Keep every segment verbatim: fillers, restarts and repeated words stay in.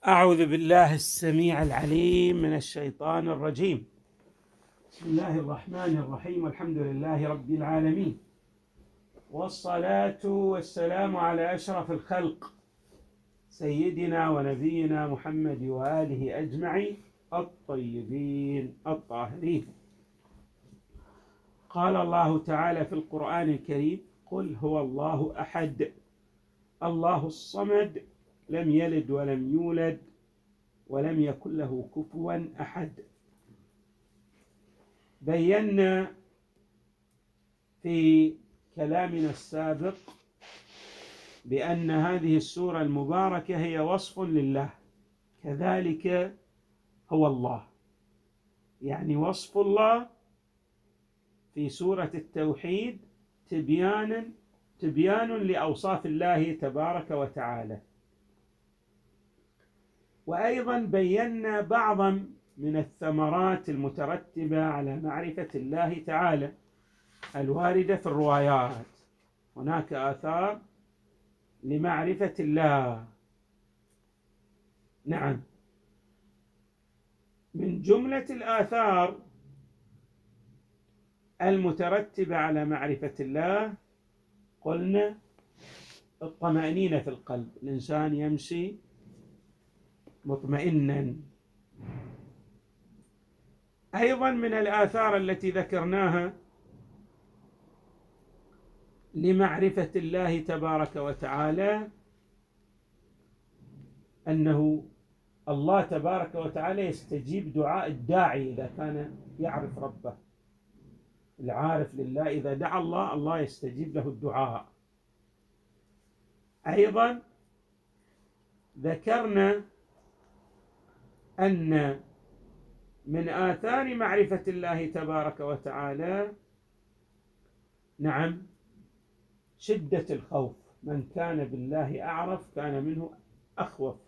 أعوذ بالله السميع العليم من الشيطان الرجيم. بسم الله الرحمن الرحيم، والحمد لله رب العالمين، والصلاة والسلام على أشرف الخلق سيدنا ونبينا محمد وآله أجمعين الطيبين الطاهرين. قال الله تعالى في القرآن الكريم: قل هو الله أحد الله الصمد لم يلد ولم يولد ولم يكن له كفوا أحد. بينا في كلامنا السابق بأن هذه السورة المباركة هي وصف لله، كذلك هو الله، يعني وصف الله في سورة التوحيد تبيان تبيان لأوصاف الله تبارك وتعالى. وأيضا بينا بعضا من الثمرات المترتبة على معرفة الله تعالى الواردة في الروايات. هناك آثار لمعرفة الله. نعم، من جملة الآثار المترتبة على معرفة الله قلنا الطمأنينة في القلب، الإنسان يمشي مطمئنا. أيضا من الآثار التي ذكرناها لمعرفة الله تبارك وتعالى أنه الله تبارك وتعالى يستجيب دعاء الداعي إذا كان يعرف ربه. العارف لله إذا دعا الله الله يستجيب له الدعاء. أيضا ذكرنا أن من آثار معرفة الله تبارك وتعالى نعم شدة الخوف، من كان بالله أعرف كان منه أخوف.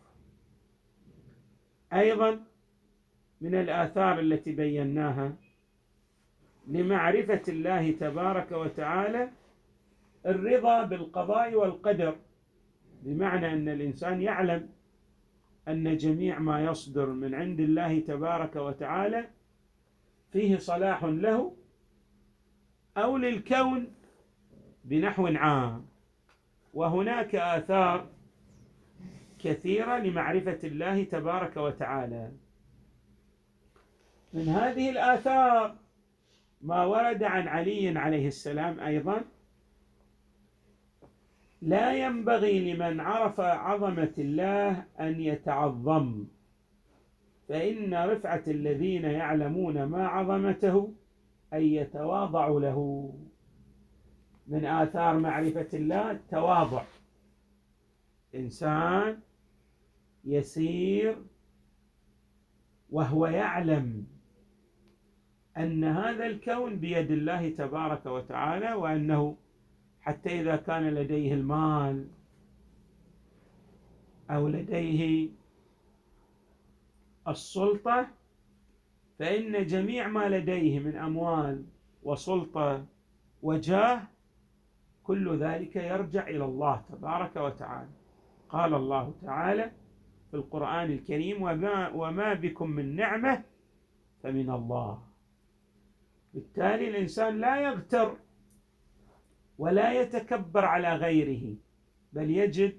أيضا من الآثار التي بيناها لمعرفة الله تبارك وتعالى الرضا بالقضاء والقدر، بمعنى أن الإنسان يعلم أن جميع ما يصدر من عند الله تبارك وتعالى فيه صلاح له أو للكون بنحو عام. وهناك آثار كثيرة لمعرفة الله تبارك وتعالى. من هذه الآثار ما ورد عن علي عليه السلام أيضا: لا ينبغي لمن عرف عظمة الله أن يتعظم، فإن رفعة الذين يعلمون ما عظمته أن يتواضعوا له. من آثار معرفة الله التواضع، إنسان يسير وهو يعلم أن هذا الكون بيد الله تبارك وتعالى، وأنه حتى إذا كان لديه المال أو لديه السلطة فإن جميع ما لديه من أموال وسلطة وجاه كل ذلك يرجع إلى الله تبارك وتعالى. قال الله تعالى في القرآن الكريم: وما, وما بكم من نعمة فمن الله. بالتالي الإنسان لا يغتر ولا يتكبر على غيره، بل يجد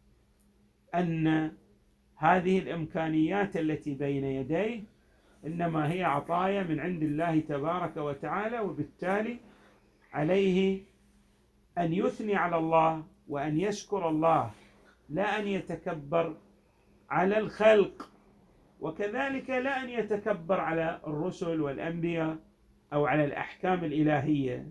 أن هذه الإمكانيات التي بين يديه إنما هي عطايا من عند الله تبارك وتعالى، وبالتالي عليه أن يثني على الله وأن يشكر الله، لا أن يتكبر على الخلق، وكذلك لا أن يتكبر على الرسل والأنبياء أو على الأحكام الإلهية.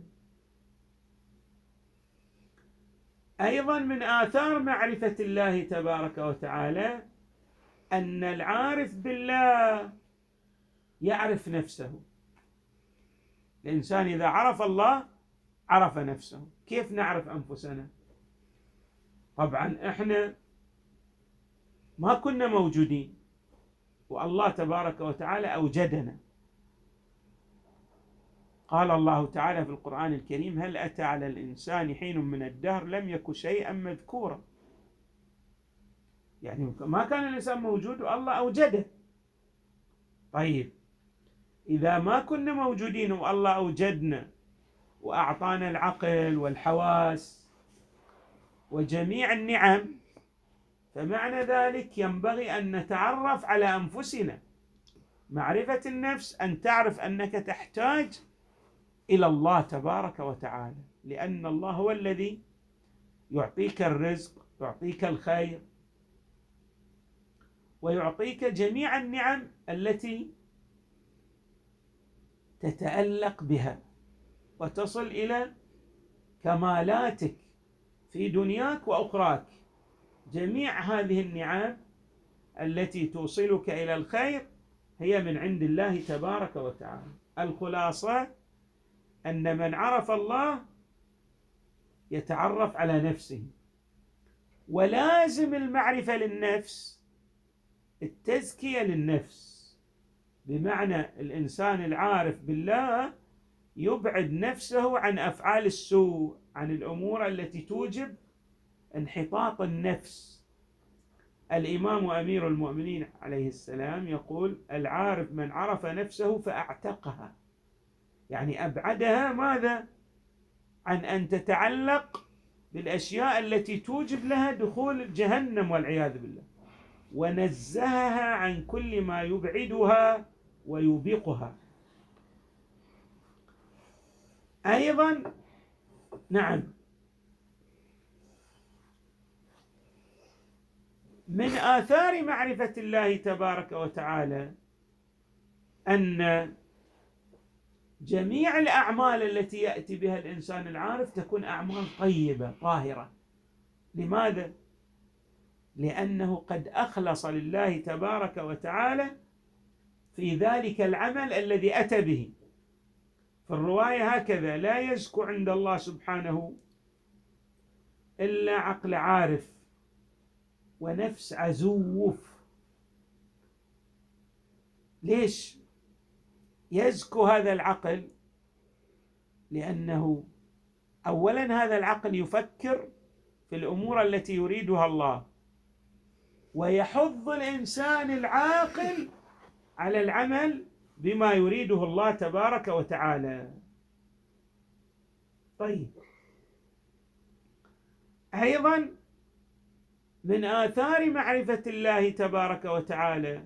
أيضا من آثار معرفة الله تبارك وتعالى أن العارف بالله يعرف نفسه. الإنسان إذا عرف الله عرف نفسه. كيف نعرف أنفسنا؟ طبعا إحنا ما كنا موجودين، والله تبارك وتعالى أوجدنا. قال الله تعالى في القرآن الكريم: هل أتى على الإنسان حين من الدهر لم يكن شيئا مذكورا. يعني ما كان الإنسان موجود والله أوجده. طيب إذا ما كنا موجودين والله أوجدنا وأعطانا العقل والحواس وجميع النعم، فمعنى ذلك ينبغي أن نتعرف على أنفسنا. معرفة النفس أن تعرف أنك تحتاج إلى الله تبارك وتعالى، لأن الله هو الذي يعطيك الرزق، يعطيك الخير، ويعطيك جميع النعم التي تتألق بها وتصل إلى كمالاتك في دنياك وأخراك. جميع هذه النعم التي توصلك إلى الخير هي من عند الله تبارك وتعالى. الخلاصة أن من عرف الله يتعرف على نفسه، ولازم المعرفة للنفس التزكية للنفس، بمعنى الإنسان العارف بالله يبعد نفسه عن أفعال السوء، عن الأمور التي توجب انحطاط النفس. الإمام وأمير المؤمنين عليه السلام يقول: العارف من عرف نفسه فأعتقها، يعني أبعدها ماذا؟ عن أن تتعلق بالأشياء التي توجب لها دخول جهنم والعياذ بالله، ونزهها عن كل ما يبعدها ويوبقها. أيضا نعم، من آثار معرفة الله تبارك وتعالى أن جميع الأعمال التي يأتي بها الإنسان العارف تكون أعمال طيبة طاهرة. لماذا؟ لأنه قد أخلص لله تبارك وتعالى في ذلك العمل الذي أتى به. في الرواية هكذا: لا يزكو عند الله سبحانه إلا عقل عارف ونفس عزوف. ليش يزكو هذا العقل؟ لأنه أولا هذا العقل يفكر في الأمور التي يريدها الله، ويحض الإنسان العاقل على العمل بما يريده الله تبارك وتعالى. طيب، أيضا من آثار معرفة الله تبارك وتعالى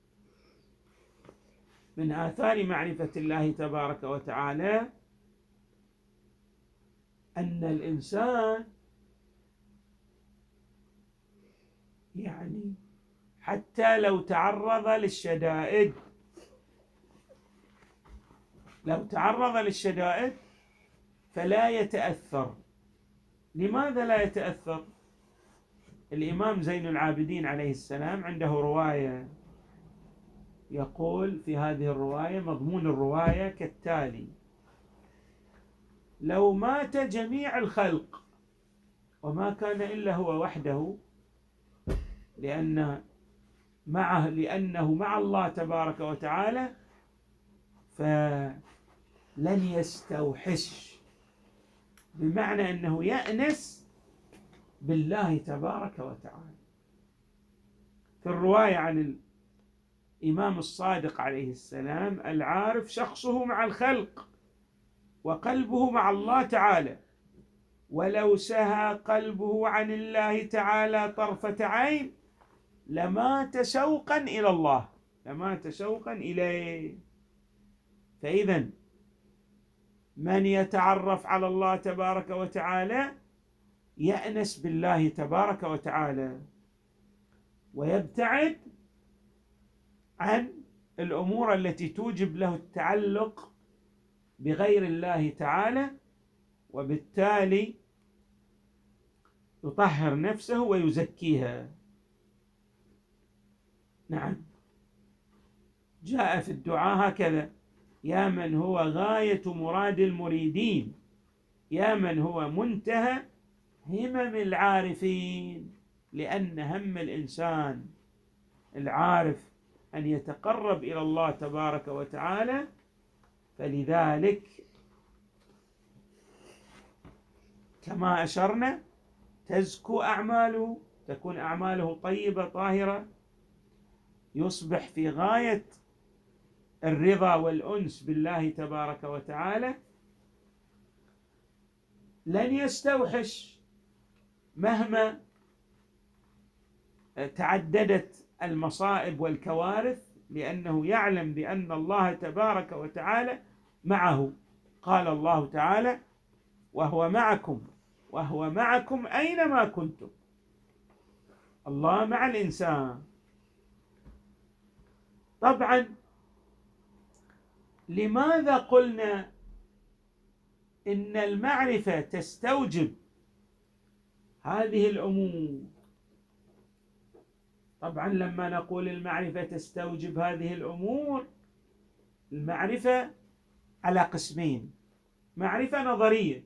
من آثار معرفة الله تبارك وتعالى أن الإنسان يعني حتى لو تعرض للشدائد لو تعرض للشدائد فلا يتأثر. لماذا لا يتأثر؟ الإمام زين العابدين عليه السلام عنده رواية، يقول في هذه الرواية مضمون الرواية كالتالي: لو مات جميع الخلق وما كان إلا هو وحده، لأن معه لأنه مع الله تبارك وتعالى، فلن يستوحش، بمعنى أنه يأنس بالله تبارك وتعالى. في الرواية عن الإمام الصادق عليه السلام: العارف شخصه مع الخلق وقلبه مع الله تعالى، ولو سهى قلبه عن الله تعالى طرفة عين لمات شوقا إلى الله لمات شوقا إليه. فإذا من يتعرف على الله تبارك وتعالى يأنس بالله تبارك وتعالى، ويبتعد عن الأمور التي توجب له التعلق بغير الله تعالى، وبالتالي يطهر نفسه ويزكيها. نعم، جاء في الدعاء هكذا: يا من هو غاية مراد المريدين، يا من هو منتهى همم العارفين. لأن هم الإنسان العارف أن يتقرب إلى الله تبارك وتعالى، فلذلك كما أشرنا تزكو أعماله، تكون أعماله طيبة طاهرة، يصبح في غاية الرضا والأنس بالله تبارك وتعالى، لن يستوحش مهما تعددت المصائب والكوارث، لأنه يعلم بأن الله تبارك وتعالى معه. قال الله تعالى: وهو معكم وهو معكم أينما كنتم. الله مع الإنسان. طبعا لماذا قلنا إن المعرفة تستوجب هذه الأمور؟ طبعا لما نقول المعرفة تستوجب هذه الأمور، المعرفة على قسمين: معرفة نظرية،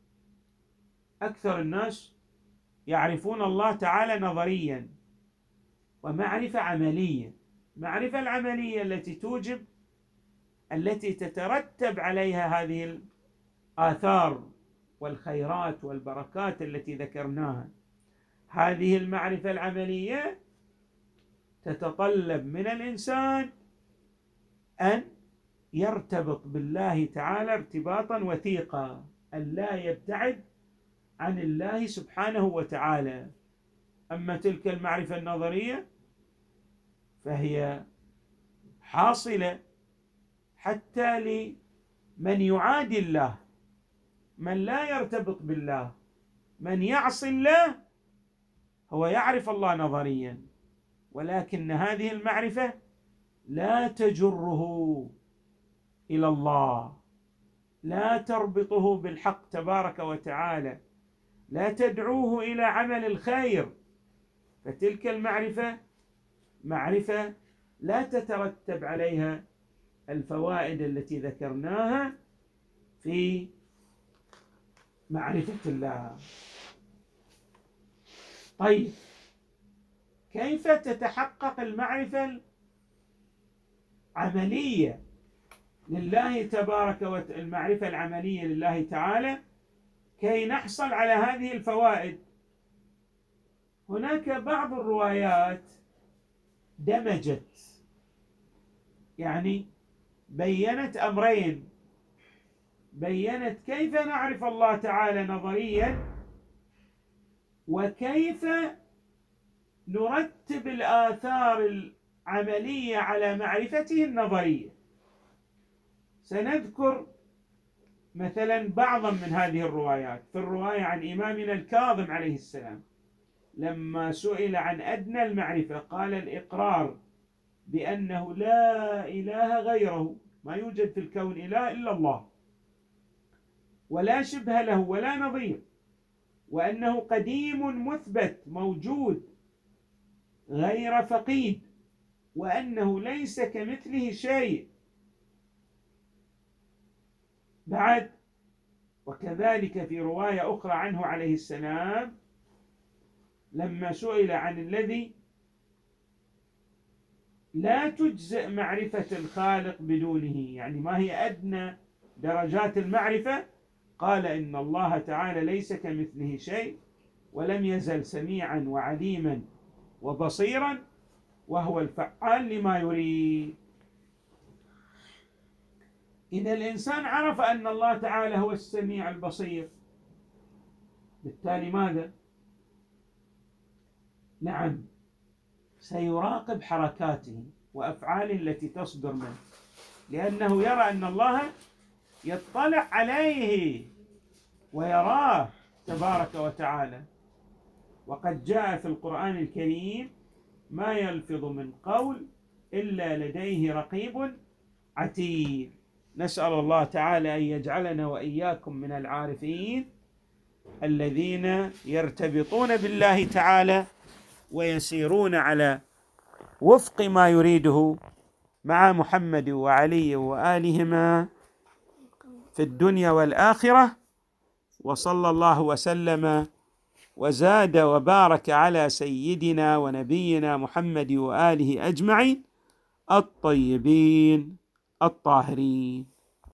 أكثر الناس يعرفون الله تعالى نظريا، ومعرفة عملية. المعرفة العملية التي توجب، التي تترتب عليها هذه الآثار والخيرات والبركات التي ذكرناها. هذه المعرفة العملية تتطلب من الإنسان أن يرتبط بالله تعالى ارتباطا وثيقا، أن لا يبتعد عن الله سبحانه وتعالى. أما تلك المعرفة النظرية فهي حاصلة حتى لمن يعادي الله، من لا يرتبط بالله، من يعصي الله، هو يعرف الله نظريا، ولكن هذه المعرفة لا تجره إلى الله، لا تربطه بالحق تبارك وتعالى، لا تدعوه إلى عمل الخير. فتلك المعرفة معرفة لا تترتب عليها الفوائد التي ذكرناها في معرفة الله. طيب، كيف تتحقق المعرفة العملية لله تبارك وتعالى، المعرفة العملية لله تعالى، كي نحصل على هذه الفوائد؟ هناك بعض الروايات دمجت، يعني بينت أمرين: بينت كيف نعرف الله تعالى نظريا، وكيف نرتب الآثار العملية على معرفته النظرية. سنذكر مثلا بعضا من هذه الروايات. في الرواية عن إمامنا الكاظم عليه السلام، لما سئل عن أدنى المعرفة قال: الإقرار بأنه لا إله غيره، ما يوجد في الكون إله إلا الله، ولا شبه له ولا نظير، وأنه قديم مثبت موجود غير فقيد، وأنه ليس كمثله شيء. بعد، وكذلك في رواية أخرى عنه عليه السلام لما سئل عن الذي لا تجزئ معرفة الخالق بدونه، يعني ما هي أدنى درجات المعرفة؟ قال: إن الله تعالى ليس كمثله شيء، ولم يزل سميعا وعليما وبصيرا، وهو الفعال لما يريد. إذا الإنسان عرف أن الله تعالى هو السميع البصير، بالتالي ماذا؟ نعم، سيراقب حركاته وأفعاله التي تصدر منه، لأنه يرى أن الله يطلع عليه ويراه تبارك وتعالى. وقد جاء في القرآن الكريم: ما يلفظ من قول إلا لديه رقيب عتيد. نسأل الله تعالى أن يجعلنا وإياكم من العارفين الذين يرتبطون بالله تعالى ويسيرون على وفق ما يريده مع محمد وعلي وآلهما في الدنيا والآخرة. وصلى الله وسلم وزاد وبارك على سيدنا ونبينا محمد وآله أجمعين الطيبين الطاهرين.